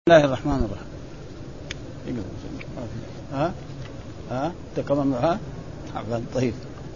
بسم الله الرحمن الرحيم. انت كمان طيب.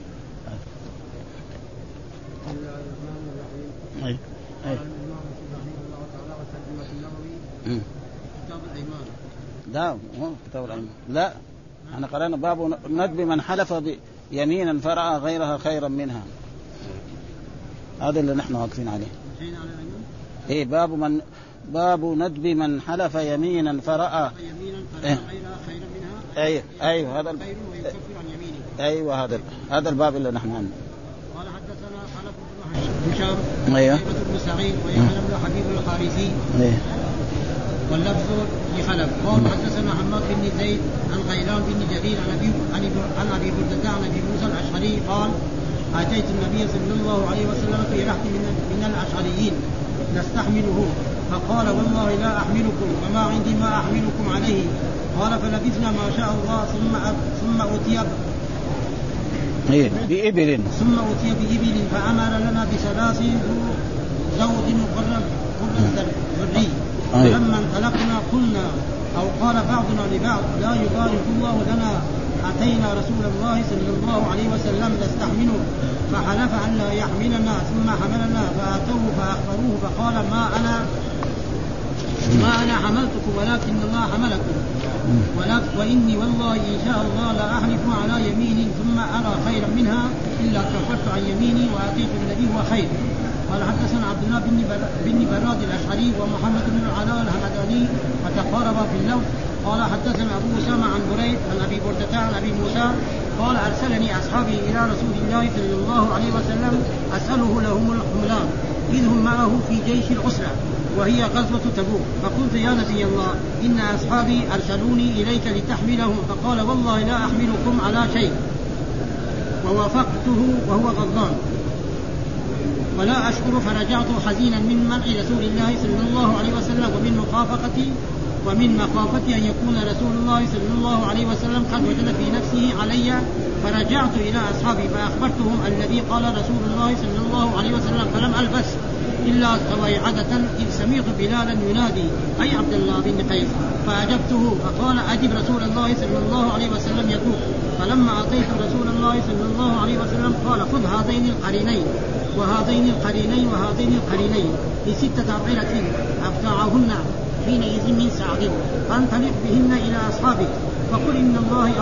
بسم الله الرحمن الرحيم. اي الإمام رحمه الله تعالى وترجمة النووي كتاب الأيمان. لا مو كتاب الأيمان، لا احنا قرأنا باب ندب من حلف يمينا فرأى غيرها خيرا منها، هذا اللي نحن واقفين عليه. ايه باب ندب من حلف يمينا فرأى غيرها خيرا منها. ايوه هذا ايوه هذا الباب اللي نحن عنه. قال حدثنا خلف بن هشام ايوه بن سعيد ويحيى بن حبيب الحارثي واللفظ لخلف. قال حدثنا حماد بن زيد عن غيلان بن جرير عن ابي بردة عن ابي موسى الاشعري قال اتيت النبي صلى الله عليه وسلم في رحل من الاشعريين نستحمله فقال والله لا احملكم وما عندي ما احملكم عليه. قال فلبثنا ما شاء الله ثم أتي بإبل فأمر لنا بثلاث زوج قرن ذري. فلما انطلقنا قلنا أو قال بعضنا لبعض لا يبارك الله لنا أتينا رسول الله صلى الله عليه وسلم نستحمله فحلف أن لا يحملنا ثم حملنا فأتوه فأخبروه فقال ما أنا حملتكم ولكن الله حملكم وإني والله إن شاء الله لا أحلف على يمين ثم أرى خيرا منها إلا كفرت عن يميني وأتيت الذي هو خير. قال حدثنا عبد الله بن براد الأشعري ومحمد بن العلاء الحمداني وتقاربا في اللفظ. قال حدثنا أبو أسامة عن بريد عن أبي بردة عن أبي موسى قال أرسلني أصحابي إلى رسول الله صلى الله عليه وسلم أسأله لهم الحملان إذ هم معه في جيش العسرة وهي غزوة تبوك. فقلت يا نبي الله إن أصحابي أرسلوني إليك لتحملهم فقال والله لا أحملكم على شيء ووافقته وهو غضبان ولا أشكر فرجعت حزينا من منع رسول الله صلى الله عليه وسلم ومن مخافتي أن يكون رسول الله صلى الله عليه وسلم قد وجد في نفسه علي. فرجعت إلى أصحابي فأخبرتهم الذي قال رسول الله صلى الله عليه وسلم فلم ألبس إلا سويعدة إذ سمعت بلالا ينادي أي عبد الله بن قيس فأجبته فقال أجب رسول الله صلى الله عليه وسلم يدوك. فلما أعطيت رسول الله صلى الله عليه وسلم قال خذ هذين القرينين وهذين القرينين وهذين القرينين ب6 أبعرة أبتاعهن حينئذ من سعد فانطلق بهن إلى أصحابك فقل إن الله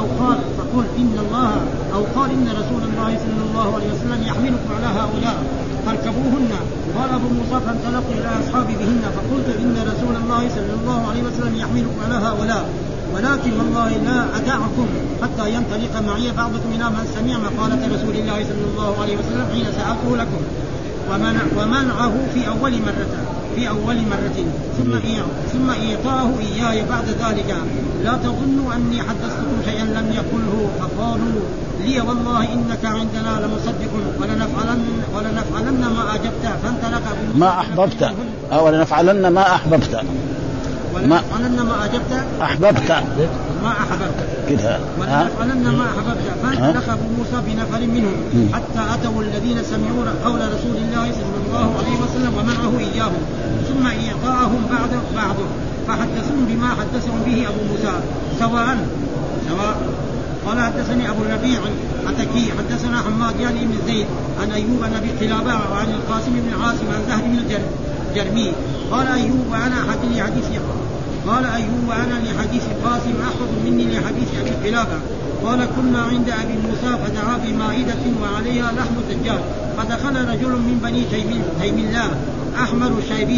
أو قال إن رسول الله صلى الله عليه وسلم يحملكم على هؤلاء فاركبوهن. قال أبو موسى فانطلقت إلى أصحابي بهن فقلت إن رسول الله صلى الله عليه وسلم يحملكم على هؤلاء ولكن والله لا أدعكم حتى ينطلق معي بعضكم إلى من سمع مقالة رسول الله صلى الله عليه وسلم حين سألته لكم ومنعه في أول مرة ثم إيطاه إياي بعد ذلك. لا تظنوا أني حدثتكم شيئا لم يقله. فقالوا لي والله إنك عندنا لمصدق ولنفعلن ما أجبت. فانطلق ما أحببت ولنفعلن ما أحببت ولنفعلن ما أجبت ما أحببت كده ولنفعلن ما أحببت. فانطلق أبو موسى بنفر منهم حتى أتوا الذين سمعوا قول رسول الله صلى الله عليه وسلم ومنعه إياهم ثم إعطاءهم بعض فحدثهم بما حدثهم به أبو موسى سواء. قال حدثني أبو الربيع التكي حدثنا حماد يعني بن زيد عن أيوب عن أبي قلابة وعن القاسم بن عاصم عن زهر بن الجرمي قال أيوب وأنا لحديث القاسم أحفظ مني لحديث أبي قلابة. قال كنا عند أبي موسى فدعا بمائدة وعليها لحم الدجاج فدخل رجل من بني تيم الله أحمر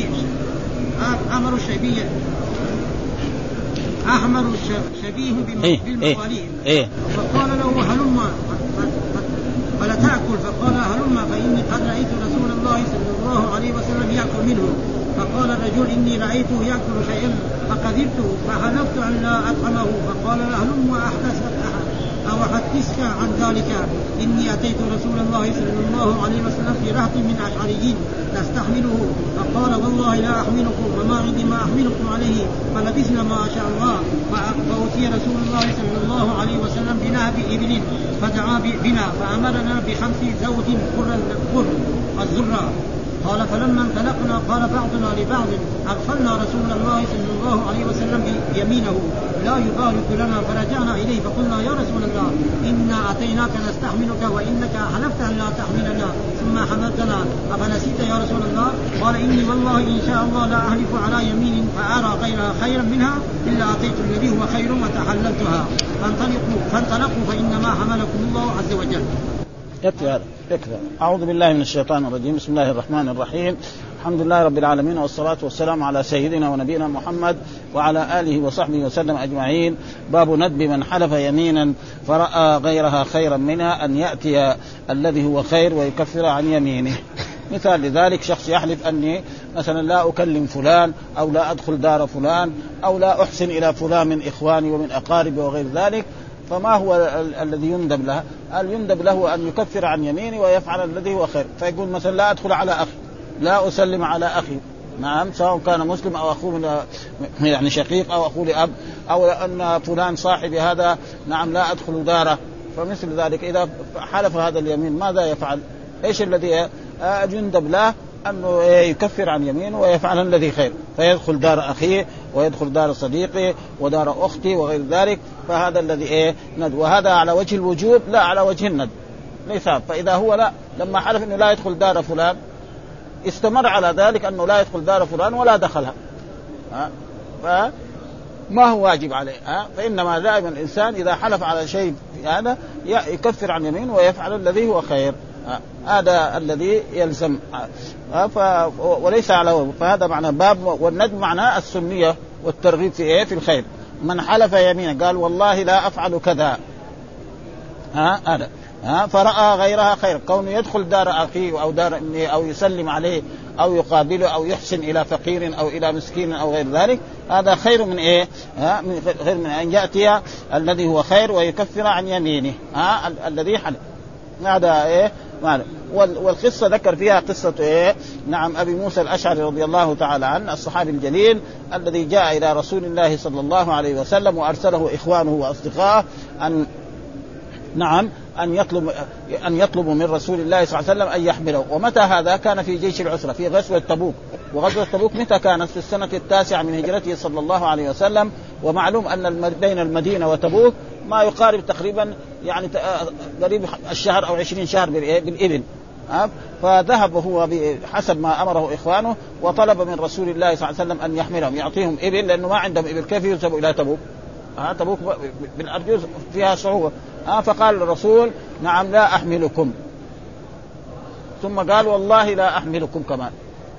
شبيه بالمواليد فقال له هلما فلا تأكل. فقال هلما فإني قد رأيت رسول الله صلى الله عليه وسلم يأكل منه. فقال الرجل إني رأيته يأكل شيئا فقذبته فحلفت أن لا أطعمه. فقال هلما أحدثك عن ذلك إني أتيت رسول الله صلى الله عليه وسلم في رهط من أشعريين نستحمله فقال والله لا أحملكم وما عندي ما أحملكم عليه. فلبثنا ما شاء الله فأتي رسول الله صلى الله عليه وسلم بنهب إبل فدعا بنا فأمرنا ب5 زوج قر الزرع. قال فلما انطلقنا قال بعضنا لبعض أغفلنا رسول الله صلى الله عليه وسلم يمينه لا يبارك لنا، فرجعنا إليه فقلنا يا رسول الله إنا أتيناك نستحملك وإنك حلفت أن لا تحملنا ثم حملتنا أفنسيت يا رسول الله؟ قال إني والله إن شاء الله لا أحلف على يمين فأرى غيرها خيرا منها إلا أعطيت الذي هو خير وتحللتها، فانطلقوا فإنما حملكم الله عز وجل. يكفي هذا يكفي. أعوذ بالله من الشيطان الرجيم. بسم الله الرحمن الرحيم. الحمد لله رب العالمين، والصلاة والسلام على سيدنا ونبينا محمد وعلى آله وصحبه وسلم أجمعين. باب ندب من حلف يمينا فرأى غيرها خيرا منها أن يأتي الذي هو خير ويكفر عن يمينه. مثال لذلك شخص يحلف أني مثلا لا أكلم فلان أو لا أدخل دار فلان أو لا أحسن إلى فلان من إخواني ومن أقاربي وغير ذلك، فما هو الذي يندب له؟ يندب له أن يكفر عن يمينه ويفعل الذي هو خير. فيقول مثلا لا أدخل على أخي، لا أسلم على أخي، نعم، سواء كان مسلم أو أخوه من يعني شقيق أو أخوه لأب، أو أن فلان صاحبي هذا نعم لا أدخل داره. فمثل ذلك إذا حلف هذا اليمين ماذا يفعل؟ إيش الذي يندب له؟ أنه يكفر عن يمينه ويفعل الذي خير، فيدخل دار أخيه ويدخل دار صديقه ودار أختي وغير ذلك. فهذا الذي ند، وهذا على وجه الوجوب لا على وجه الند ليس. فإذا هو لا لما حلف أنه لا يدخل دار فلان استمر على ذلك أنه لا يدخل دار فلان ولا دخلها، فما هو واجب عليه. فإنما دائما الإنسان إذا حلف على شيء هذا يكفر عن يمينه ويفعل الذي هو خير، هذا الذي يلزم، وليس على. فهذا معنى باب. والندب معناه السنية والترغيب في الخير. من حلف يمينا قال والله لا أفعل كذا هذا فرأى غيرها خير، كونه يدخل دار أخيه أو دار ابنه أو يسلم عليه أو يقابله أو يحسن إلى فقير أو إلى مسكين أو غير ذلك، هذا خير من خير من أن يأتي الذي هو خير ويكفر عن يمينه الذي حلف. هذا والقصة ذكر فيها قصة نعم أبي موسى الأشعري رضي الله تعالى عنه الصحابي الجليل الذي جاء إلى رسول الله صلى الله عليه وسلم وأرسله إخوانه وأصدقائه أن يطلبوا من رسول الله صلى الله عليه وسلم أن يحمله. ومتى هذا؟ كان في جيش العسرة في غزوة تبوك. وغزوة تبوك متى كانت؟ في السنة 9 من هجرته صلى الله عليه وسلم. ومعلوم أن بين المدينة وتبوك ما يقارب تقريبا يعني قريب الشهر أو 20 شهر بالإبل. فذهب هو بحسب ما أمره إخوانه وطلب من رسول الله صلى الله عليه وسلم أن يحملهم، يعطيهم إبل لأنه ما عندهم إبل، كيف يذهبوا إلى تبوك؟ تبوك بالأرجوز فيها صعوبة. فقال الرسول نعم لا أحملكم، ثم قال والله لا أحملكم كمان.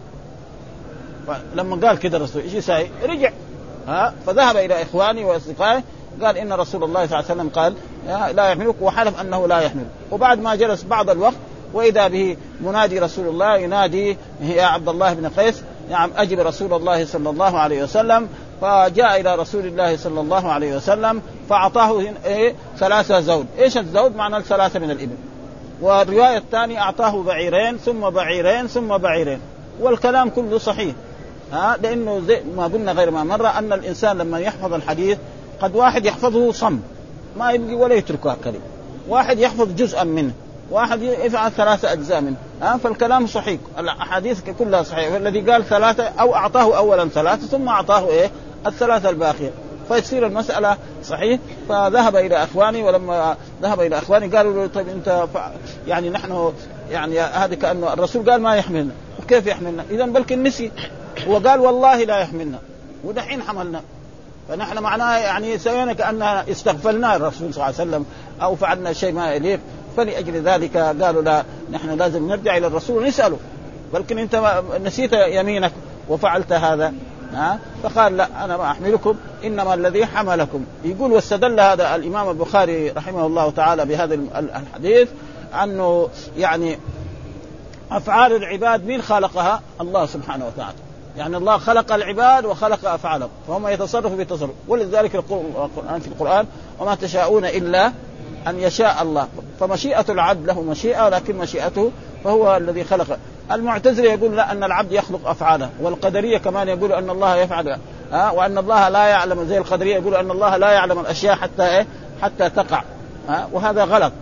فلما قال كده الرسول إيش يساوي؟ رجع فذهب إلى إخواني وأصدقائه قال إن رسول الله صلى الله عليه وسلم قال لا يحملك، وحلف أنه لا يحمل. وبعد ما جلس بعض الوقت وإذا به منادي رسول الله ينادي يا عبد الله بن قيس نعم أجب رسول الله صلى الله عليه وسلم. فجاء إلى رسول الله صلى الله عليه وسلم فأعطاه 3 زود. إيش الزود؟ معنى 3 من الإبل. والرواية الثانية أعطاه بعيرين ثم بعيرين ثم بعيرين. والكلام كله صحيح لأنه زي ما قلنا غير ما مرة أن الإنسان لما يحفظ الحديث قد واحد يحفظه صم ما يبقي ولا يتركه كلمة، واحد يحفظ جزءا منه، واحد يفعل 3 أجزاء منه. فالكلام صحيح، الأحاديث كلها صحيح. والذي قال 3 أو أعطاه أولا 3 ثم أعطاه 3 الباقية، فيصير المسألة صحيح. فذهب إلى أخواني، ولما ذهب إلى أخواني قالوا له طيب أنت يعني نحن يعني هذا كأنه الرسول قال ما يحملنا، وكيف يحملنا؟ إذن بلكن نسي، وقال والله لا يحملنا ودحين حملنا. فنحن معناه يعني سوينا كأننا استغفلنا الرسول صلى الله عليه وسلم أو فعلنا شيء ما يليق. فلأجل ذلك قالوا لا نحن لازم نرجع إلى الرسول ونسأله، بلكن أنت نسيت يمينك وفعلت هذا. فقال لا أنا ما أحملكم إنما الذي حملكم. يقول واستدل هذا الإمام البخاري رحمه الله تعالى بهذا الحديث أنه يعني أفعال العباد من خلقها؟ الله سبحانه وتعالى. يعني الله خلق العباد وخلق أفعالهم فهم يتصرفوا بالتصرف. ولذلك القرآن في القرآن وما تشاءون إلا أن يشاء الله. فمشيئة العبد له مشيئة، ولكن مشيئته فهو الذي خلق. المعتزلة يقول لا أن العبد يخلق أفعاله، والقدرية كمان يقول أن الله يفعل وأن الله لا يعلم، زي القدرية يقول أن الله لا يعلم الأشياء حتى تقع. وهذا غلط.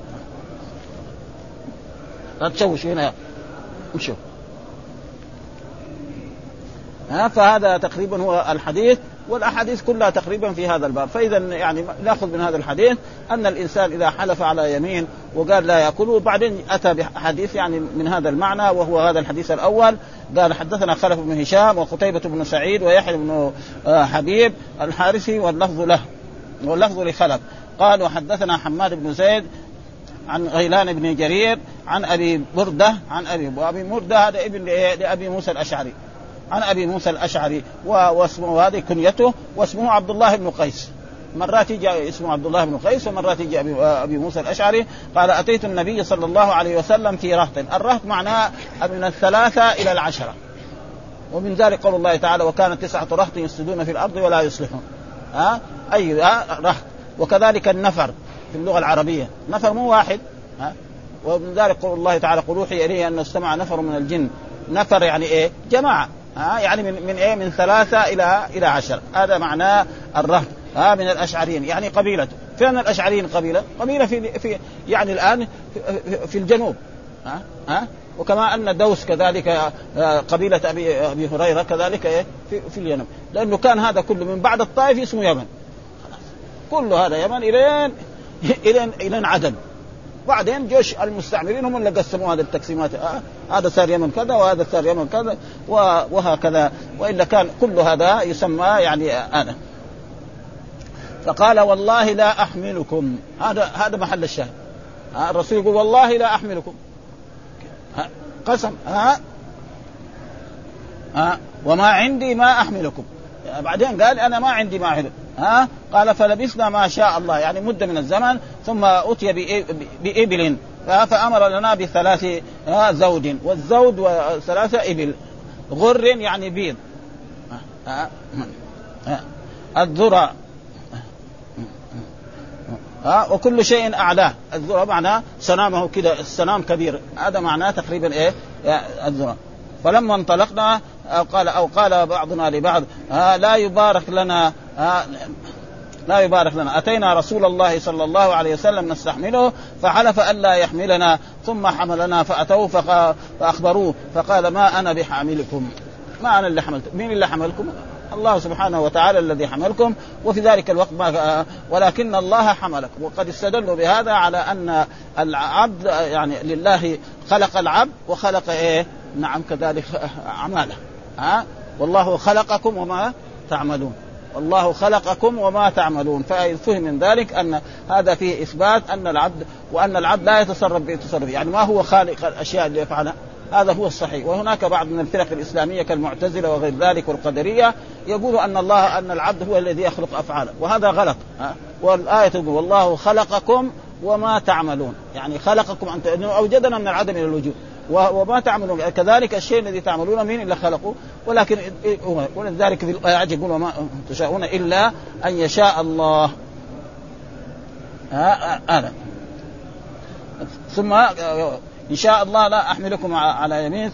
لا تشوش هنا مشوا. فهذا تقريبا هو الحديث. والأحاديث كلها تقريبا في هذا الباب. فإذا يعني نأخذ من هذا الحديث أن الإنسان إذا حلف على يمين وقال لا يأكله، بعدين أتى بحديث يعني من هذا المعنى، وهو هذا الحديث الأول. قال حدثنا خلف بن هشام وقتيبة بن سعيد ويحيى بن حبيب الحارثي واللفظ له واللفظ لخلف. قال وحدثنا حماد بن زيد عن غيلان بن جرير عن أبي بردة عن أبي بردة هذا ابن لأبي موسى الأشعري عن أبي موسى الأشعري، واسمه هذه كنيته، واسمه عبد الله بن قيس. مرات يجي اسمه عبد الله بن قيس ومرات يجي أبي موسى الأشعري. قال أتيت النبي صلى الله عليه وسلم في رهط. الرهط معناه من 3 إلى 10، ومن ذلك قول الله تعالى وكانت 9 رهط يفسدون في الأرض ولا يصلحون. رهط. وكذلك النفر في اللغة العربية نفر مو واحد. ومن ذلك قول الله تعالى قل أوحي إليه أنه استمع نفر من الجن. نفر يعني إيه؟ جماعة. يعني من إيه؟ من 3 إلى 10. هذا معناه الرهط. من الأشعريين يعني قبيلته. فين الأشعريين؟ قبيلة في يعني الآن في الجنوب. وكما أن دوس كذلك قبيلة أبي هريرة كذلك إيه؟ في اليمن، لأنه كان هذا كله من بعد الطائف اسمه يمن. كل هذا يمن إلى عدن. بعدين جيش المستعمرين هم اللي قسموا هذه التقسيمات. هذا صار يمن كذا وهذا صار يمن كذا وهكذا، وإلا كان كل هذا يسمى يعني أنا. فقال والله لا أحملكم. هذا محل الشاهد. الرسول يقول والله لا أحملكم، قسم. وما عندي ما أحملكم. بعدين قال أنا ما عندي ما أحملكم. قال فلبسنا ما شاء الله، يعني مدة من الزمن، ثم أتي بإبل فأمر لنا ب3 زود، والزود و3 إبل غر يعني بيض. الذرة وكل شيء أعلاه. الذرة معناه سنامه كده، السنام كبير، هذا معناه تقريبا إيه الذرة. فلما انطلقنا قال بعضنا لبعض لا يبارك لنا أتينا رسول الله صلى الله عليه وسلم نستحمله فحلف ألا يحملنا، ثم حملنا فأتوه فأخبروه فقال ما أنا بحاملكم. ما أنا اللي حملتكم. مين اللي حملكم؟ الله سبحانه وتعالى الذي حملكم. وفي ذلك الوقت ولكن الله حملكم. وقد استدلوا بهذا على أن العبد يعني لله خلق العبد وخلق إيه؟ نعم كذلك أعماله. والله خلقكم وما تعملون. والله خلقكم وما تعملون. ففهم من ذلك أن هذا فيه إثبات أن العبد لا يتصرف بتصرف، يعني ما هو خالق الأشياء اللي يفعلها. هذا هو الصحيح. وهناك بعض من الفرق الإسلامية كالمعتزلة وغير ذلك والقدرية يقولوا أن العبد هو الذي يخلق أفعاله، وهذا غلط. والآية تقول والله خلقكم وما تعملون، يعني خلقكم أنت أوجدنا من العدم إلى الوجود، وما تعملون كذلك الشيء الذي تعملون من إلا خلقه. ولكن ولذلك في الآية يقول وما تشاءون إلا أن يشاء الله. ثم إن شاء الله لا أحملكم على يمين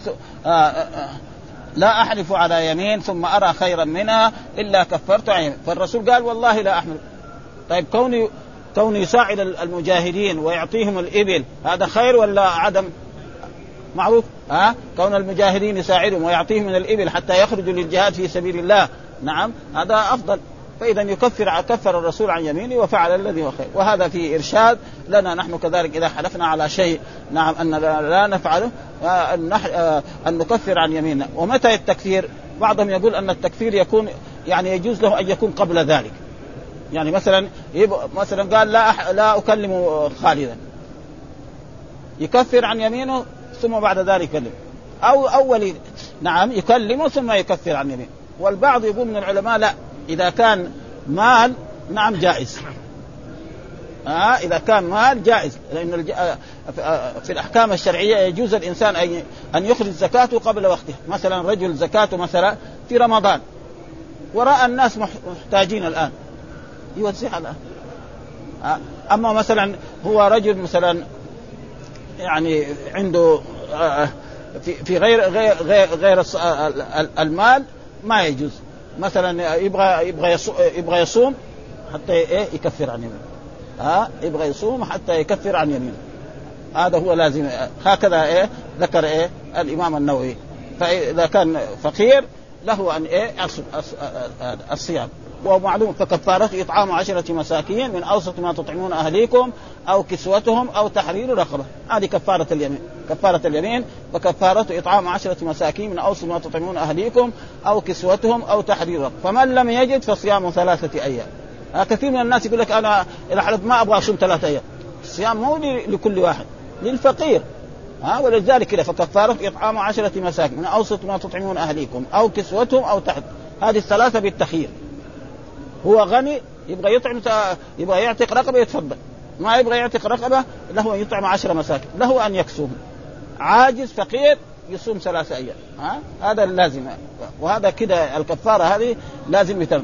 لا أحلف على يمين ثم أرى خيرا منها إلا كفرت عن يمين. فالرسول قال والله لا أحمل. طيب كوني يساعد المجاهدين ويعطيهم الإبل هذا خير ولا عدم؟ معروف. كون المجاهدين يساعدهم ويعطيهم من الإبل حتى يخرجوا للجهاد في سبيل الله، نعم هذا أفضل. فإذا كفر الرسول عن يمينه وفعل الذي هو خير. وهذا فيه إرشاد لنا نحن كذلك إذا حلفنا على شيء نعم أن لا نفعله أن نكفر عن يميننا. ومتى التكفير؟ بعضهم يقول أن التكفير يكون يعني يجوز له أن يكون قبل ذلك. يعني مثلا قال لا أكلم خالدا، يكفر عن يمينه ثم بعد ذلك يكلم، أو أول نعم يكلمه ثم يكفر عن يمينه. والبعض يقول من العلماء لا، إذا كان مال نعم جائز. إذا كان مال جائز، لأن في الأحكام الشرعية يجوز الإنسان أن يخرج زكاته قبل وقته. مثلا رجل زكاته مثلا في رمضان ورأى الناس محتاجين الآن يوزعها الآن. أما مثلا هو رجل مثلا يعني عنده في غير المال ما يجوز. مثلا يبغى يصوم حتى يكفر عن يمينه. يبغى يصوم حتى يكفر عن يمينه. هذا هو لازم. هكذا ذكر الإمام النووي. فإذا كان فقير له أن الصيام. ومعلوم فكفارته إطعام 10 مساكين من أوسط ما تطعمون أهليكم أو كسوتهم أو تحرير رقبة. هذه كفارة اليمين. كفارة اليمين فكفارته إطعام 10 مساكين من أوسط ما تطعمون أهليكم أو كسوتهم أو تحرير رقبة. فمن لم يجد فصيام 3 أيام. كثير من الناس يقول لك أنا إذا حلت ما أبغى أصوم 3 أيام. الصيام مو لكل واحد، للفقير. ولذلك كده فكفارة إطعام 10 مساكين من أوسط ما تطعمون أهليكم أو كسوتهم أو تحت. هذه الثلاثة بالتخيير. هو غني يبغى يطعم، يبغى يعتق رقبة يتفضل، ما يبغى يعتق رقبة له يطعم 10 مساكين، له أن يكسوهم. عاجز فقير يصوم 3 أيام. هذا اللازم. وهذا كده الكفارة هذه لازم يتم.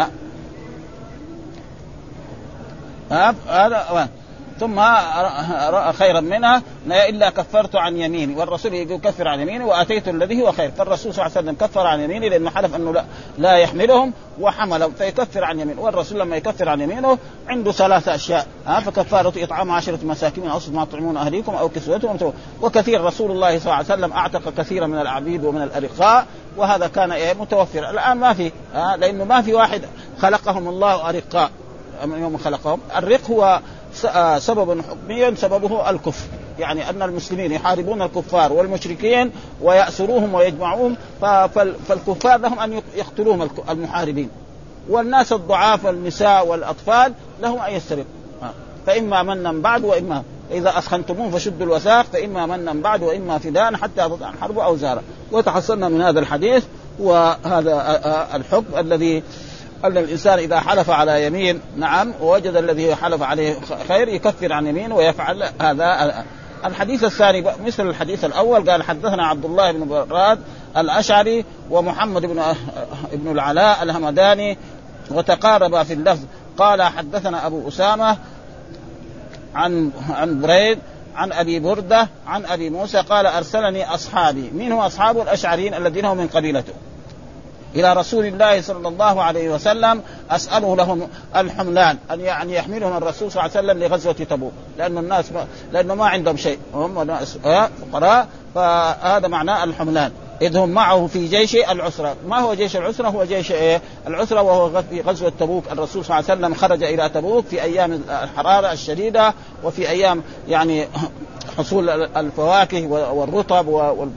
هذا ثم رأى خيرا منها إلا كفرت عن يميني. والرسول يقول كفر عن يميني وأتيت الذي هو خير. فالرسول صلى الله عليه وسلم كفر عن يمينه لأنه حلف أنه لا يحملهم وحملهم فيكفر عن يمينه. والرسول لما يكفر عن يمينه عنده 3 أشياء. فكفارة إطعام 10 مساكين من أوسط ما تطعمون أهليكم أو كسوتهم. وكثير رسول الله صلى الله عليه وسلم أعتق كثيرا من العبيد ومن الأرقاء، وهذا كان متوفر. الآن ما في، لأنه ما في واحد خلقهم الله أرقاء يوم خلقهم. الرق هو سبب حكمي سببه الكفر، يعني أن المسلمين يحاربون الكفار والمشركين ويأسروهم ويجمعوهم، فالكفار لهم أن يقتلوهم المحاربين، والناس الضعاف والنساء والأطفال لهم أن يسترقوا. فإما منا بعد وإما إذا أسخنتموه فشدوا الوثاق فإما منا بعد وإما فداء حتى تضع الحرب أوزارا. وتحصلنا من هذا الحديث وهذا الحكم الذي أن الإنسان إذا حلف على يمين ووجد الذي حلف عليه خير يكفر عن يمين ويفعل هذا. الحديث الثاني مثل الحديث الأول قال حدثنا عبد الله بن براد الأشعري ومحمد بن العلاء الهمداني وتقاربا في اللفظ. قال حدثنا أبو أسامة عن بريد عن أبي بردة عن أبي موسى قال أرسلني أصحابي. من هو أصحاب الأشعريين الذين هم من قبيلته إلى رسول الله صلى الله عليه وسلم أسأله لهم الحملان أن يعني يحملهم الرسول صلى الله عليه وسلم لغزوة تبوك، لأنه ما عندهم شيء، هم ناس فقراء، فهذا معناه الحملان. إذ هم معه في جيش العسرة. ما هو جيش العسرة؟ هو جيش العسرة، وهو في غزوة تبوك. الرسول صلى الله عليه وسلم خرج إلى تبوك في أيام الحرارة الشديدة وفي أيام يعني حصول الفواكه والرطب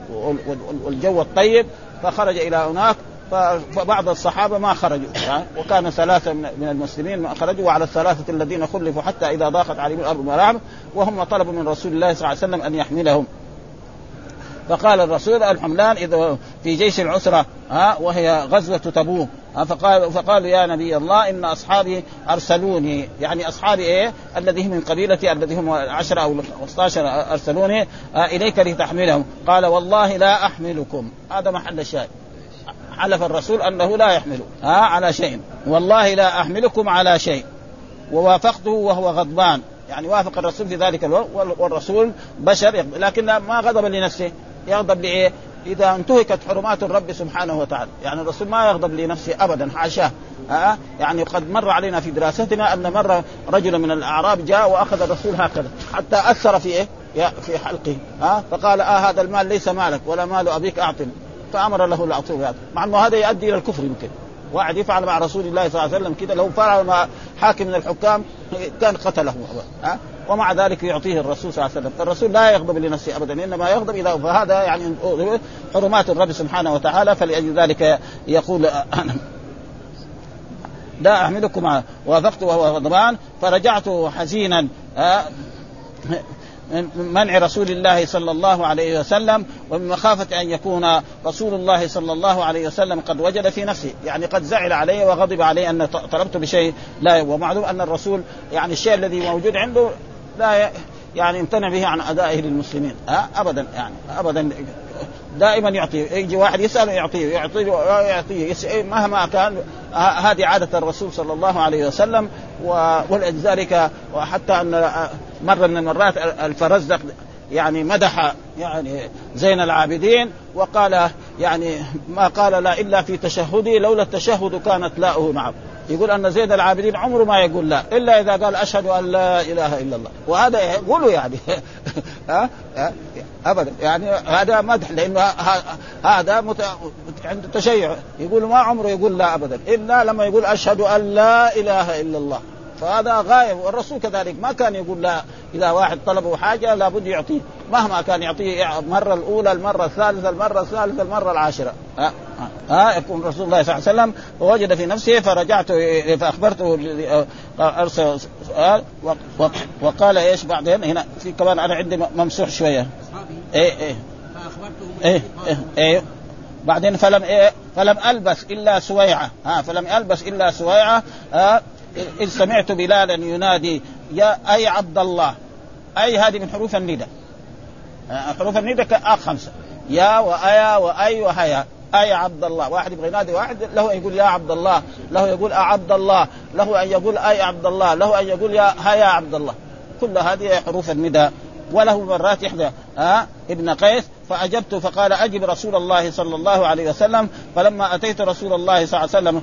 والجو الطيب، فخرج إلى هناك. فبعض الصحابة ما خرجوا، وكان 3 من المسلمين ما خرجوا، وعلى ال3 الذين خلفوا حتى إذا ضاقت عليهم الأرض بما وهم طلبوا من رسول الله صلى الله عليه وسلم أن يحملهم. فقال الرسول الحملان إذا في جيش العسرة وهي غزوة تبوك. فقالوا يا نبي الله إن أصحابي أرسلوني، يعني أصحابي الذي من قبيلتي الذي هم 10 أو 15 أرسلوني إليك لتحملهم. قال والله لا أحملكم. هذا محل الشاهد. حلف الرسول أنه لا يحمله على شيء، والله لا أحملكم على شيء. ووافقته وهو غضبان، يعني وافق الرسول في ذلك الوقت، والرسول بشر لكن ما غضب لنفسه. يغضب لإيه؟ إذا انتهكت حرمات الرب سبحانه وتعالى. يعني الرسول ما يغضب لنفسه أبدا، حاشاه. يعني قد مر علينا في دراستنا أن مرة رجل من الأعراب جاء وأخذ الرسول هكذا حتى أثر في إيه؟ في حلقه. فقال هذا المال ليس مالك ولا مال أبيك، أعطني. فأمر له العطوة، مع أنه هذا يؤدي إلى الكفر. يمكن واحد يفعل مع رسول الله صلى الله عليه وسلم كده، لو فعل مع حاكم من الحكام كان قتله. ومع ذلك يعطيه الرسول صلى الله عليه وسلم. فالرسول لا يغضب لنفسه أبدا، إنما يغضب إذا، فهذا يعني حرمات الرب سبحانه وتعالى. فلأجل ذلك يقول لا أحملكم. وافقت وهو غضبان، فرجعت حزينا من منع رسول الله صلى الله عليه وسلم، ومن مخافة أن يكون رسول الله صلى الله عليه وسلم قد وجد في نفسه، يعني قد زعل عليه وغضب عليه أن طلبت بشيء لا. ومعلوم أن الرسول يعني الشيء الذي موجود عنده لا يعني يمتنع به عن أدائه للمسلمين أبدا، يعني أبدا دائما يعطيه. يجي واحد يسأله يعطيه مهما كان. هذه عادة الرسول صلى الله عليه وسلم. ولذلك وحتى أن مرة من المرات الفرزدق يعني مدح يعني زين العابدين وقال يعني ما قال لا إلا في تشهدي، لولا التشهد كانت لاؤه نعم. يقول أن زين العابدين عمره ما يقول لا إلا إذا قال أشهد أن لا إله إلا الله، وهذا يقوله يعني أبدا، يعني هذا مدح، لأنه هذا عنده تشيع، يقول ما عمره يقول لا أبدا إلا لما يقول أشهد أن لا إله إلا الله، فهذا غاية. والرسول كذلك ما كان يقول لا، إذا واحد طلبه حاجة لابد يعطيه، مهما كان يعطيه المرة الأولى، المرة الثالثة، المرة الثالثة، المرة العاشرة. يكون رسول الله صلى الله عليه وسلم ووجد في نفسه فرجعت فأخبرته أرسل سؤال وقال إيش بعدين هنا في كمان أنا عندي ممسوح شوية فأخبرته بعدين فلم ألبس إلا سويعة فلم ألبس إلا سويعة إذ سمعت بلالا ينادي يا أي عبد الله. أي هذه من حروف الندى، حروف الندى 5 يا وأيا وأي وهيا. أي عبد الله، واحد يبغى ينادي واحد له يقول يا عبد الله، له يقول أعبد الله، له أن يقول أي عبد الله، له أن يقول يا هيا عبد الله. كل هذه حروف الندى. وله مرات إحدى ابن قيس فأجبت فقال أجب رسول الله صلى الله عليه وسلم. فلما أتيت رسول الله صلى الله عليه وسلم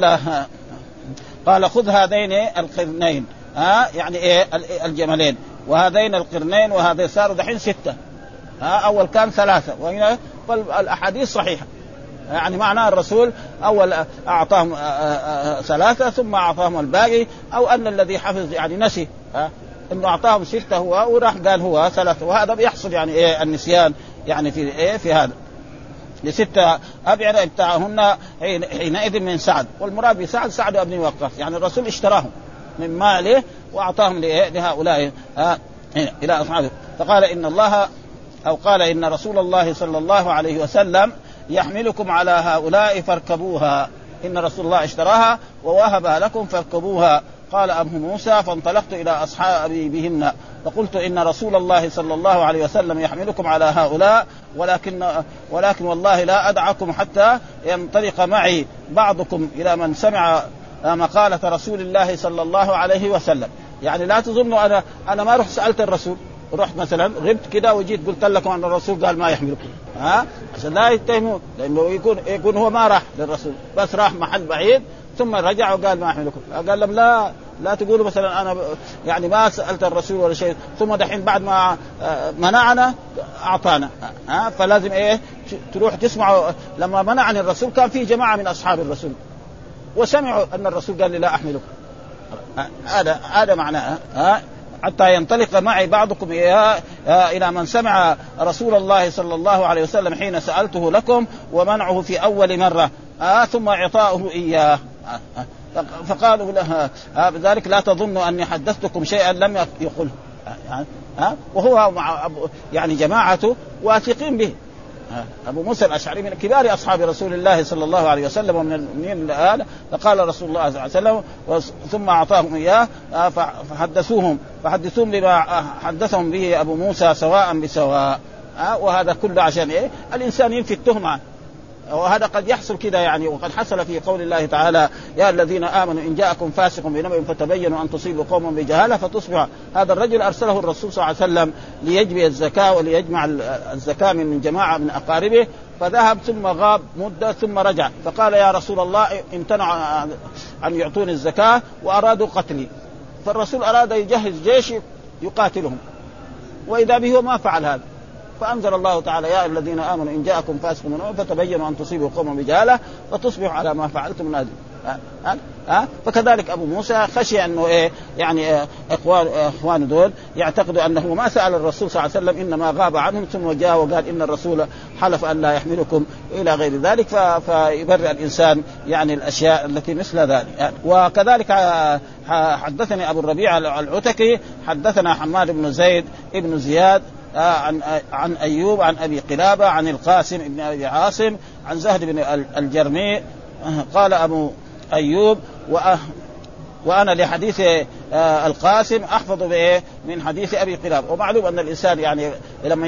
قال خذ هذين القرنين يعني إيه الجملين، وهذين القرنين، وهذا صاروا دحين 6 أول كان 3 وهنا الأحاديث صحيحة. يعني معناه الرسول أول أعطاهم 3 ثم أعطاهم الباقي، أو أن الذي حفظ يعني نسي إنه أعطاهم 6 هو وراح قال هو 3، وهذا بيحصل يعني إيه النسيان يعني في إيه في هذا. ل6 أبعرة ابتاعهن حينئذ من سعد، والمراد بسعد سعد ابن وقاص، يعني الرسول اشتراهم من ماله وأعطاهم لهؤلاء إلى أصحابه. فقال إن الله أو قال إن رسول الله صلى الله عليه وسلم يحملكم على هؤلاء فاركبوها، إن رسول الله اشتراها ووهبها لكم فاركبوها. قال أبو موسى فانطلقت إلى أصحابي بهن فقلت إن رسول الله صلى الله عليه وسلم يحملكم على هؤلاء ولكن والله لا أدعكم حتى ينطلق معي بعضكم إلى من سمع مقالة رسول الله صلى الله عليه وسلم. يعني لا تظنوا أنا ما رحت سألت الرسول، رحت مثلا غبت كده وجيت قلت لكم أن الرسول قال ما يحملكم عشان لا يتهمون، لأنه يكون هو ما راح للرسول بس راح محل بعيد ثم رجع وقال ما يحملكم. قال لهم لا تقولوا مثلا أنا يعني ما سألت الرسول ولا شيء ثم دحين بعد ما منعنا أعطانا. فلازم إيه تروح تسمعوا. لما منعني الرسول كان في جماعة من أصحاب الرسول وسمعوا أن الرسول قال لي لا أحملكم، هذا معناه حتى ينطلق معي بعضكم إلى من سمع رسول الله صلى الله عليه وسلم حين سألته لكم ومنعه في أول مرة ثم إعطاؤه إياه. فقالوا له بذلك لا تظنوا أني حدثتكم شيئا لم يقله. وهو مع يعني جماعته واثقين به. أبو موسى الأشعري من كبار أصحاب رسول الله صلى الله عليه وسلم ومن المؤمنين الآن. فقال رسول الله صلى الله عليه وسلم ثم أعطاهم إياه فحدثوهم بما حدثهم به أبو موسى سواء بسواء. وهذا كله عشان إيه الإنسان ينفي التهمة، وهذا قد يحصل كده يعني. وقد حصل في قول الله تعالى يا الذين آمنوا إن جاءكم فاسق بنبأ فتبينوا أن تصيبوا قوما بجهالة فتصبحوا. هذا الرجل أرسله الرسول صلى الله عليه وسلم ليجبي الزكاة وليجمع الزكاة من جماعة من أقاربه، فذهب ثم غاب مدة ثم رجع فقال يا رسول الله امتنعوا أن يعطوني الزكاة وأرادوا قتلي. فالرسول أراد يجهز جيش يقاتلهم، وإذا به ما فعل هذا. فأنزل الله تعالى يا الذين آمنوا إن جاءكم فاسق بنبأ فتبينوا أن تصيبوا قوما بجهالة فتصبحوا على ما فعلتم نادمين. فكذلك أبو موسى خشي أنه إيه يعني إخوان دول يعتقدوا أنه ما سأل الرسول صلى الله عليه وسلم إنما غاب عنهم ثم جاء وقال إن الرسول حلف أن لا يحملكم إلى غير ذلك. فيبرئ الإنسان يعني الأشياء التي مثل ذلك. وكذلك حدثني أبو الربيع العتكي حدثنا حماد بن زيد ابن زياد عن أيوب عن أبي قلابة عن القاسم بن أبي عاصم عن زهد بن الجرمي قال أبو أيوب وأنا لحديث القاسم أحفظ من حديث أبي قلابة. ومعلوم أن الإنسان يعني لما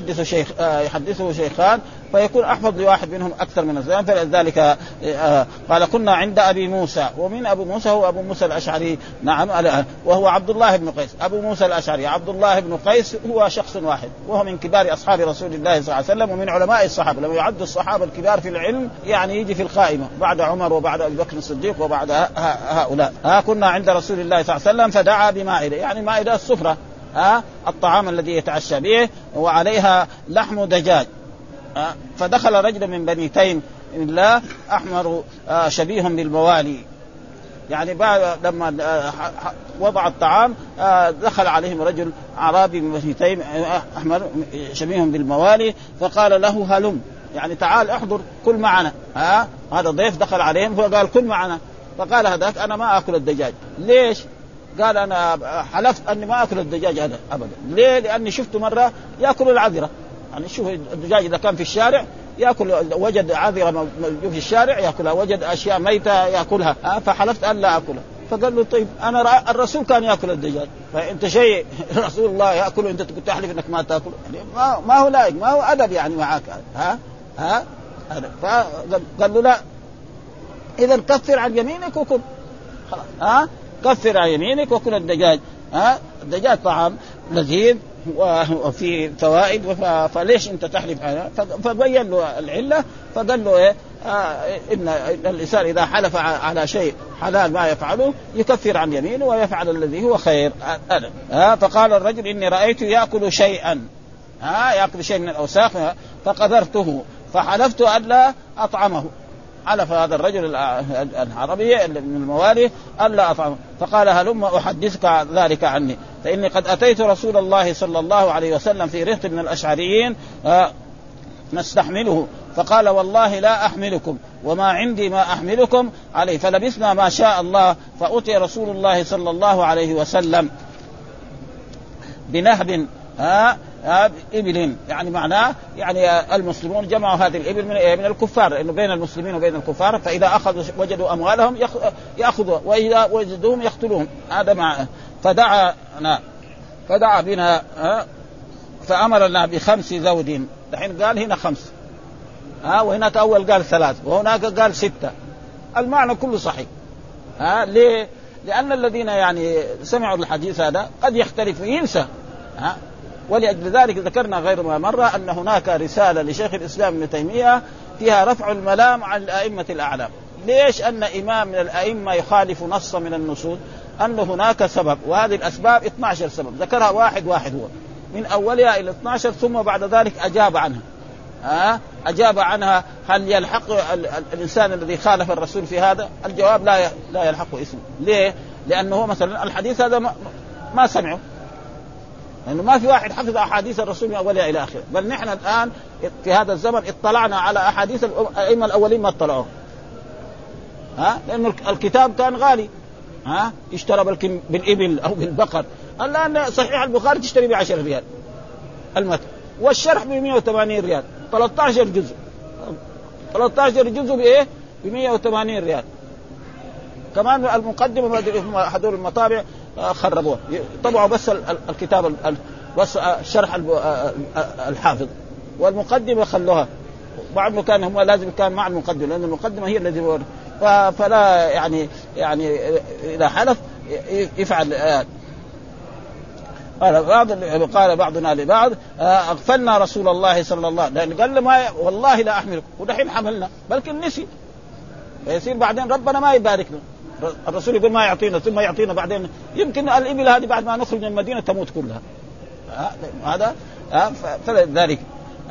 يحدثه شيخان فيكون أحفظ لواحد منهم أكثر من الزمان. فلذلك قال كنا عند أبي موسى، ومن أبو موسى هو أبو موسى الأشعري نعم وهو عبد الله بن قيس. أبو موسى الأشعري عبد الله بن قيس هو شخص واحد، وهو من كبار أصحاب رسول الله صلى الله عليه وسلم ومن علماء الصحابة. لما يعد الصحابة الكبار في العلم يعني يجي في القائمة بعد عمر وبعد أبي بكر الصديق وبعد هؤلاء. كنا عند رسول الله صلى الله عليه وسلم فدعا بمائدة، يعني مائدة السفرة الطعام الذي يتعشى به وعليها لحم دجاج. فدخل رجل من بني تيم الله أحمر شبيه بالموالي. يعني بعد لما وضع الطعام دخل عليهم رجل أعرابي من بني تيم أحمر شبيه بالموالي فقال له هلم، يعني تعال احضر كل معنا. هذا ضيف دخل عليهم فقال كل معنا. فقال هذاك أنا ما أكل الدجاج. ليش؟ قال أنا حلفت أني ما أكل الدجاج هذا أبدا. ليه؟ لأني شفته مرة يأكل العذرة. يعني شوف الدجاج إذا كان في الشارع يأكل، وجد عذرة موجود في الشارع يأكلها، وجد أشياء ميتة يأكلها، فحلفت أن لا أكلها. فقال له طيب أنا الرسول كان يأكل الدجاج، فأنت شيء رسول الله يأكل وأنت تحلف أنك ما تأكل، يعني ما هو لائق، ما هو أدب يعني معك. فقال له لا، إذا كفر عن يمينك وكل خلاص. كفر عن يمينك وكل الدجاج. الدجاج طعام لذيذ وفي فوائد، فليش انت تحلف عنها؟ فبين له العله، فقال له ان الانسان اذا حلف على شيء حلال ما يفعله يكفر عن يمينه ويفعل الذي هو خير. فقال الرجل اني رايت ياكل شيئا، ياكل شيء من الاوساخ فقدرته فحلفت الا اطعمه. حلف هذا الرجل العربي من الموالي ألا أطعمه. فقال هلم أحدثك ذلك عني، فإني قد أتيت رسول الله صلى الله عليه وسلم في رهط من الأشعريين نستحمله، فقال والله لا أحملكم وما عندي ما أحملكم عليه. فلبثنا ما شاء الله، فأتي رسول الله صلى الله عليه وسلم بنهب إبل، يعني معناه يعني المسلمون جمعوا هذه الإبل من الكفار، لأنه بين المسلمين وبين الكفار، فإذا أخذوا وجدوا أموالهم يأخذوا، وإذا وجدوهم يقتلوهم. هذا مع فدعا بنا فأمرنا ب5 ذود. الحين قال هنا 5، وهناك أول قال 3، وهناك قال 6. المعنى كله صحيح. ليه؟ لأن الذين يعني سمعوا الحديث هذا قد يختلف وينسى. ولأجل ذلك ذكرنا غير ما مرة أن هناك رسالة لشيخ الإسلام ابن تيمية فيها رفع الملام عن الأئمة الأعلام. ليش؟ أن إمام من الأئمة يخالف نص من النصوص، أن هناك سبب، وهذه الأسباب 12 سبب ذكرها واحد هو من أولها إلى 12، ثم بعد ذلك أجاب عنها. أجاب عنها هل يلحق الإنسان الذي خالف الرسول في هذا؟ الجواب لا يلحق اسمه. ليه؟ لأنه مثلا الحديث هذا ما سمعه، لأنه ما في واحد حفظ أحاديث الرسول من أولها إلى آخره. بل نحن الآن في هذا الزمن اطلعنا على أحاديث الأئمة الأولين ما اطلعوه، لأن الكتاب كان غالي، يشترى بالإبل أو بالبقر. الآن صحيح البخاري تشتري ب10 ريال المتن، والشرح ب180 ريال، 13 جزء. 13 جزء بإيه؟ ب180 ريال. كمان المقدمة هذول المطابع خربوه، طبعوا بس الكتاب بس شرح الحافظ، والمقدمة خلوها. بعد ما كان هم لازم كان مع المقدمة، لأن المقدمة هي الذي فلا يعني إذا حلف يفعل. قال بعضنا لبعض أغفلنا رسول الله صلى الله عليه وسلم، قال له والله لا أحملكم، ودحين حملنا بلكن نسي، فيصير بعدين ربنا ما يباركنا. الرسول يقول ما يعطينا ثم يعطينا بعدين، يمكن الإبل هذه بعد ما نخرج من المدينة تموت كلها. هذا فلذلك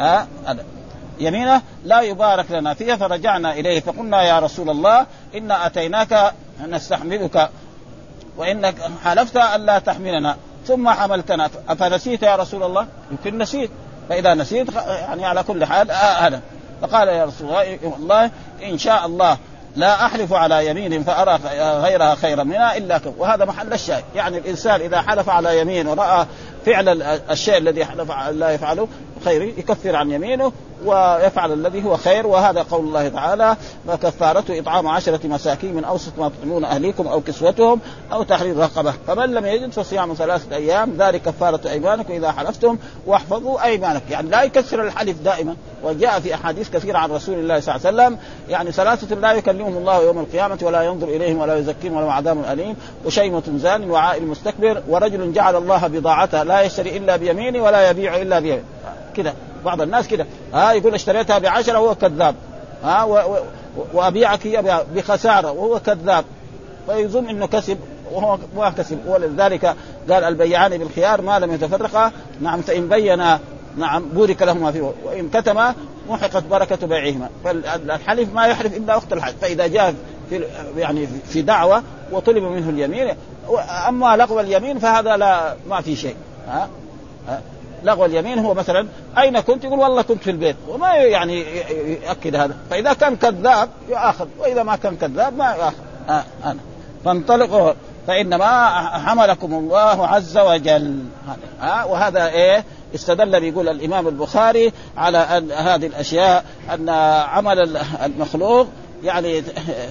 يمينه لا يبارك لنا فيها. فرجعنا إليه فقلنا يا رسول الله إنا أتيناك نستحملك وإنك حلفت ألا تحملنا ثم حملتنا، أفنسيت يا رسول الله؟ يمكن نسيت، فإذا نسيت يعني على كل حال هذا. فقال يا رسول الله والله إن شاء الله لا أحلف على يمين فأرى غيرها خيرا منها إلا كم. وهذا محل الشاهد، يعني الإنسان إذا حلف على يمين ورأى فعل الشيء الذي حلف لا يفعله خير يكفر عن يمينه ويفعل الذي هو خير. وهذا قول الله تعالى فكفارته إطعام 10 مساكين من أوسط ما تطعمون أهليكم أو كسوتهم أو تحرير رقبة، فمن لم يجد فصيام 3 أيام ذلك كفارة أيمانكم إذا حلفتم واحفظوا أيمانكم. يعني لا يكسر الحلف دائما. وجاء في أحاديث كثيرة عن رسول الله صلى الله عليه وسلم يعني 3 لا يكلمهم الله يوم القيامة ولا ينظر إليهم ولا يزكيهم ولهم عذاب أليم وشيمة زان وعائل مستكبر ورجل جعل الله بضاعته لا يشتري إلا بيمينه ولا يبيع إلا بيمينه. كده بعض الناس كده يقول اشتريتها ب10 وهو كذاب، وأبيعك بخسارة وهو كذاب، فيظن إنه كسب وهو ما كسب. ولذلك قال البيعان بالخيار ما لم يتفرقا، نعم فإن بينا نعم بورك لهما فيه وإن كتما محقت بركة بيعهما. فالحلف ما يحلف إلا وقت الحج. فإذا جاء في دعوة وطلب منه اليمين، أما لغو اليمين فهذا لا ما في شيء. لغو اليمين هو مثلا أين كنت؟ يقول والله كنت في البيت، وما يعني يؤكد هذا. فإذا كان كذاب يأخذ، وإذا ما كان كذاب ما يأخذ. فانطلقوا فإنما حملكم الله عز وجل. وهذا استدل بيقول الإمام البخاري على أن هذه الأشياء، أن عمل المخلوق يعني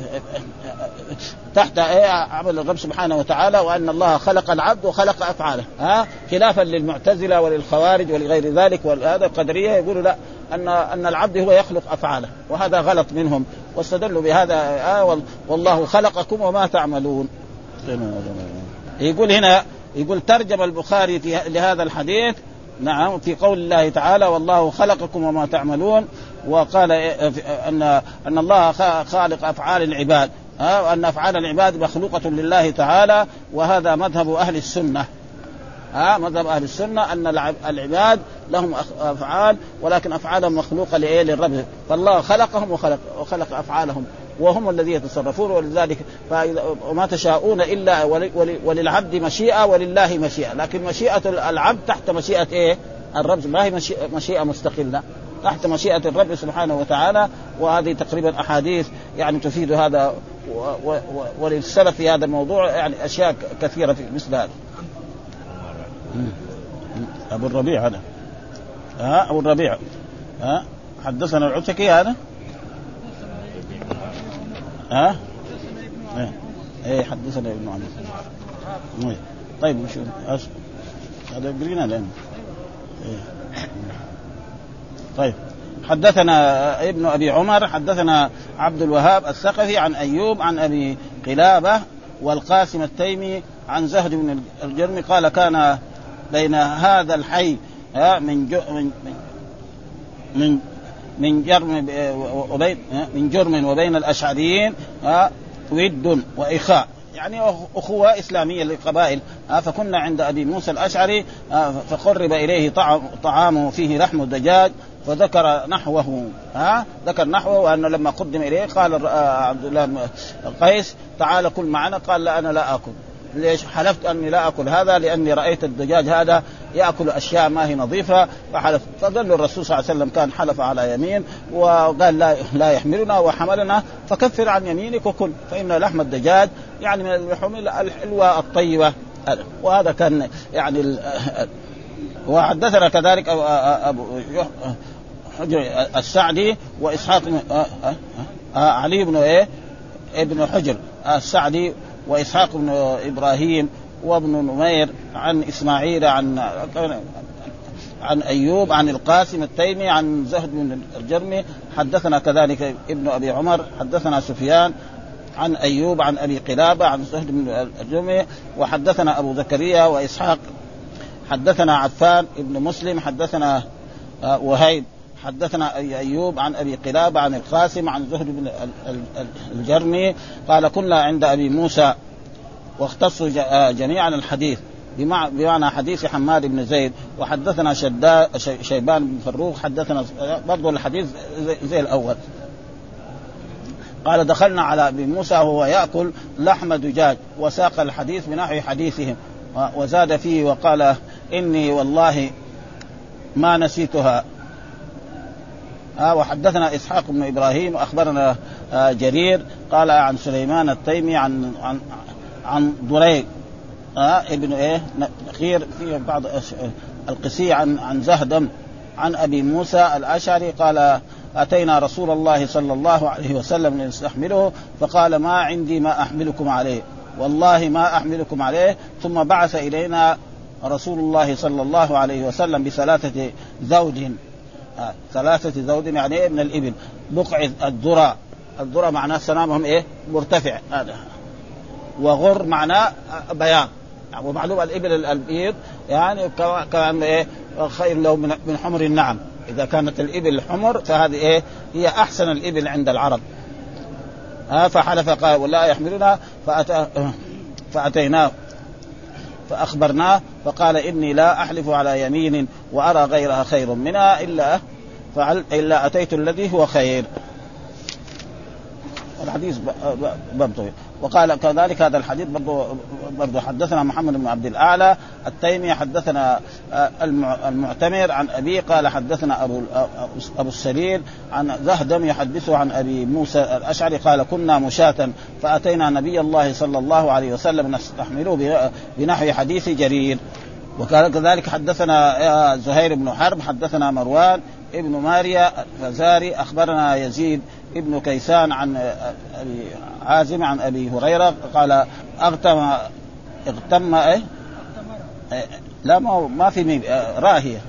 تحت عمل الرب سبحانه وتعالى، وأن الله خلق العبد وخلق أفعاله، خلافا للمعتزلة وللخوارج ولغير ذلك. وهذا القدرية يقولوا لا، أن العبد هو يخلق أفعاله، وهذا غلط منهم، واستدلوا بهذا والله خلقكم وما تعملون. يقول هنا، يقول ترجم البخاري لهذا الحديث نعم في قول الله تعالى والله خلقكم وما تعملون، وقال أن الله خالق أفعال العباد، وأن أفعال العباد مخلوقة لله تعالى. وهذا مذهب أهل السنة، مذهب أهل السنة أن العباد لهم أفعال، ولكن أفعالهم مخلوقة للرب. فالله خلقهم وخلق أفعالهم، وهم الذين يتصرفون. ولذلك وما تشاءون إلا وللعبد مشيئة ولله مشيئة، لكن مشيئة العبد تحت مشيئة الرب، ما هي مشيئة مستقلة، تحت مشيئة الرب سبحانه وتعالى. وهذه تقريبا أحاديث يعني تفيد هذا، وللسلف في هذا الموضوع يعني أشياء كثيرة في مثل هذا. أبو الربيع هذا أبو الربيع حدثنا العتكي هذا حدثنا ابن عمر. طيب نشوف هذا قرينا لأنه طيب. حدثنا ابن أبي عمر حدثنا عبد الوهاب الثقفي عن أيوب عن أبي قلابة والقاسم التيمي عن زهد بن الجرمي قال كان بين هذا الحي من جرم وبين الأشعريين ود وإخاء، يعني أخوة إسلامية للقبائل. فكنا عند أبي موسى الأشعري فقرب إليه طعامه فيه لحم الدجاج، فذكر نحوه ذكر نحوه، وأنه لما قدم إليه قال عبد الله القيس تعال كل معنا، قال لا أنا لا أكل. ليش؟ حلفت أني لا أكل هذا لأني رأيت الدجاج هذا يأكل أشياء ما هي نظيفة فحلف. فظل الرسول صلى الله عليه وسلم كان حلف على يمين وقال لا يحملنا وحملنا، فكفر عن يمينك وكل، فإن لحم الدجاج يعني من اللحوم الحلوة الطيبة. وهذا كان يعني وحدثنا كذلك أبو حجر السعدي وإسحاق علي بن ابن حجر السعدي وإسحاق بن إبراهيم وابن نمير عن إسماعيل عن أيوب عن القاسم التيمي عن زهد بن الجرمي. حدثنا كذلك ابن أبي عمر حدثنا سفيان عن أيوب عن أبي قلابة عن زهد بن الجرمي. وحدثنا أبو زكريا وإسحاق حدثنا عفان ابن مسلم حدثنا وهيب حدثنا أيوب عن أبي قلابة عن القاسم عن زهد بن الجرمي قال كنا عند أبي موسى واختصوا جميعا الحديث بمعنى حديث حماد بن زيد. وحدثنا شيبان بن فروخ حدثنا برضو الحديث زي الأول. قال دخلنا على أبي موسى وهو يأكل لحم دجاج وساق الحديث بنحو حديثهم وزاد فيه وقال إني والله ما نسيتها. وحدثنا إسحاق بن إبراهيم وأخبرنا جرير قال عن سليمان التيمي عن ضريق ابن نخير في بعض القسي عن زهدم عن أبي موسى الأشعري قال أتينا رسول الله صلى الله عليه وسلم لنستحمله فقال ما عندي ما أحملكم عليه، والله ما أحملكم عليه. ثم بعث إلينا رسول الله صلى الله عليه وسلم بثلاثة ذود، ثلاثة ذود يعني من الإبل بقع الذرة معناه سنامهم مرتفع هذا، وغر معناه بياض، ومعلوم الإبل البيض يعني كمان خير له من حمر النعم. إذا كانت الإبل حمر فهذه هي أحسن الإبل عند العرب. فحلف قال ولا يحملنا فأتيناه فأخبرناه فقال إني لا أحلف على يمين وأرى غيرها خير منها إلا فعل إلا أتيت الذي هو خير. الحديث برضه. وقال كذلك هذا الحديث برضه حدثنا محمد بن عبد الأعلى التيمي حدثنا المعتمر عن أبي قال حدثنا أبو السرير عن زهدم يحدثه عن أبي موسى الأشعري قال كنا مشاة فأتينا نبي الله صلى الله عليه وسلم نستحمله بنحو حديث جرير. وقال كذلك حدثنا زهير بن حرب حدثنا مروان ابن ماريا الفزاري أخبرنا يزيد ابن كيسان عن عازم عن أبي هريرة قال اغتم لا ما في راهية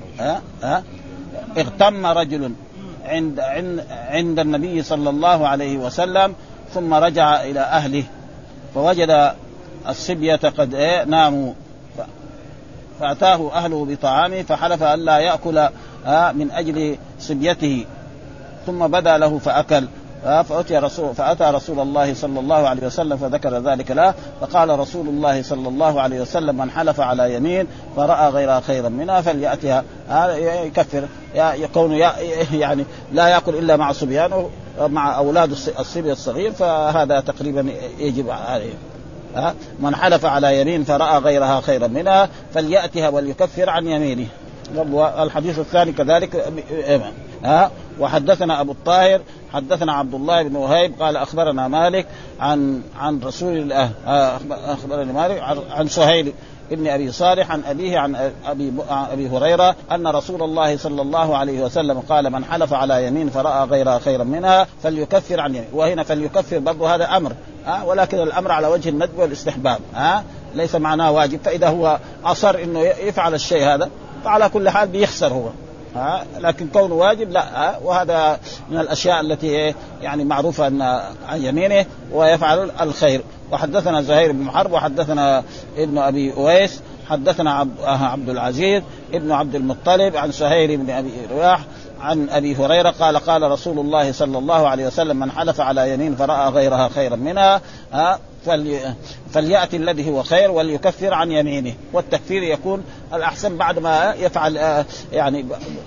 اغتم رجل عند النبي صلى الله عليه وسلم ثم رجع إلى أهله فوجد الصبية قد ناموا فأتاه أهله بطعامه فحلف أن لا يأكل من أجل صبيته ثم بدا له فأكل فأتى رسول الله صلى الله عليه وسلم فذكر ذلك له فقال رسول الله صلى الله عليه وسلم من حلف على يمين فرأى غيرها خيرا منها فليأتها يكفر يكون يعني لا يأكل إلا مع صبيانه مع أولاد الصبي الصغير فهذا تقريبا يجب عليه. من حلف على يمين فرأى غيرها خيرا منها فليأتها وليكفر عن يمينه. الحديث الثاني كذلك وحدثنا أبو الطاهر حدثنا عبد الله بن وهيب قال أخبرنا مالك عن رسول الله أخبرني مالك عن سهيل ابن أبي صالح عن أبيه عن أبي هريرة أن رسول الله صلى الله عليه وسلم قال من حلف على يمين فرأى غيرها خيرا منها فليكفر عن يمين. وهنا فليكفر برضو هذا أمر ولكن الأمر على وجه الندب والاستحباب ليس معناه واجب. فإذا هو أصر إنه يفعل الشيء هذا فعلى كل حال بيخسر هو لكن كونه واجب لا. وهذا من الأشياء التي يعني معروفة أن عن يمينه ويفعل الخير. وحدثنا زهير بن حرب وحدثنا ابن أبي أويس حدثنا عبد العزيز ابن عبد المطلب عن سهير بن أبي رواح عن أبي هريرة قال قال رسول الله صلى الله عليه وسلم من حلف على يمين فرأى غيرها خيرا منها فليأتي الذي هو خير وليكفر عن يمينه. والتكفير يكون الأحسن بعد ما يفعل يعني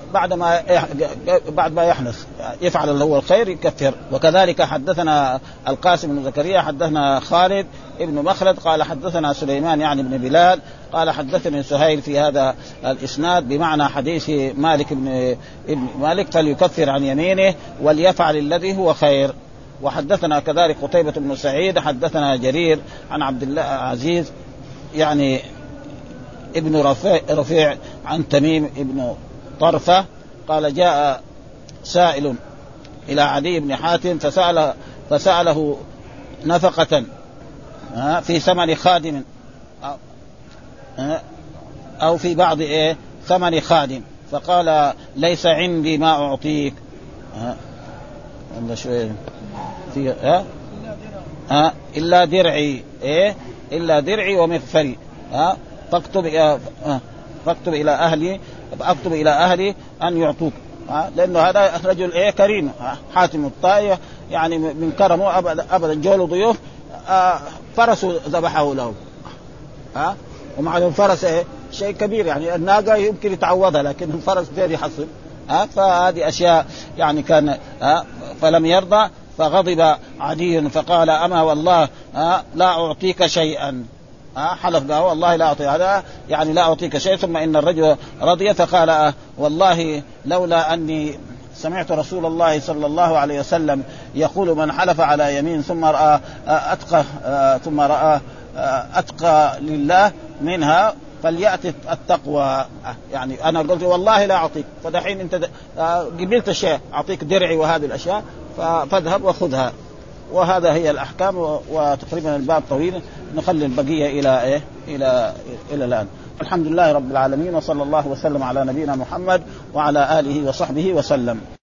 بعد ما يحنث يفعل اللي هو الخير يكفر. وكذلك حدثنا القاسم بن زكريا حدثنا خالد ابن مخلد قال حدثنا سليمان يعني بن بلال قال حدثني سهيل في هذا الإسناد بمعنى حديث مالك ابن مالك فليكفر عن يمينه وليفعل الذي هو خير. وحدثنا كذلك قتيبة بن سعيد حدثنا جرير عن عبد الله عزيز يعني ابن رفيع عن تميم ابن طرفة قال جاء سائل إلى عدي بن حاتم فسأله نفقة في ثمن خادم أو في بعض ثمن خادم فقال ليس عندي ما أعطيك شوية في إلا درعي إلا درعي ومغفري فاكتب إلى أهلي أن يعطوك لأنه هذا رجل كريم حاتم الطائي يعني من كرمه أبدا جول ضيوف فرسه ذبحه له ومع الفرس شيء كبير يعني الناقة يمكن يتعوضها لكن الفرس فين يحصل فهذه أشياء يعني كان فلم يرضى فغضب عدي فقال أما والله لا أعطيك شيئا حلف له والله لا أعطيك هذا يعني لا أعطيك شيء. ثم إن الرجل رضي فقال والله لولا أني سمعت رسول الله صلى الله عليه وسلم يقول من حلف على يمين ثم رأى أتقى لله منها فليأتي التقوى يعني أنا قلت والله لا أعطيك فدحين أنت قبلت شيء أعطيك درعي وهذه الأشياء فاذهب وخذها. وهذا هي الأحكام وتقريبا الباب طويل نخلي البقية إلى الآن. الحمد لله رب العالمين وصلى الله وسلم على نبينا محمد وعلى آله وصحبه وسلم.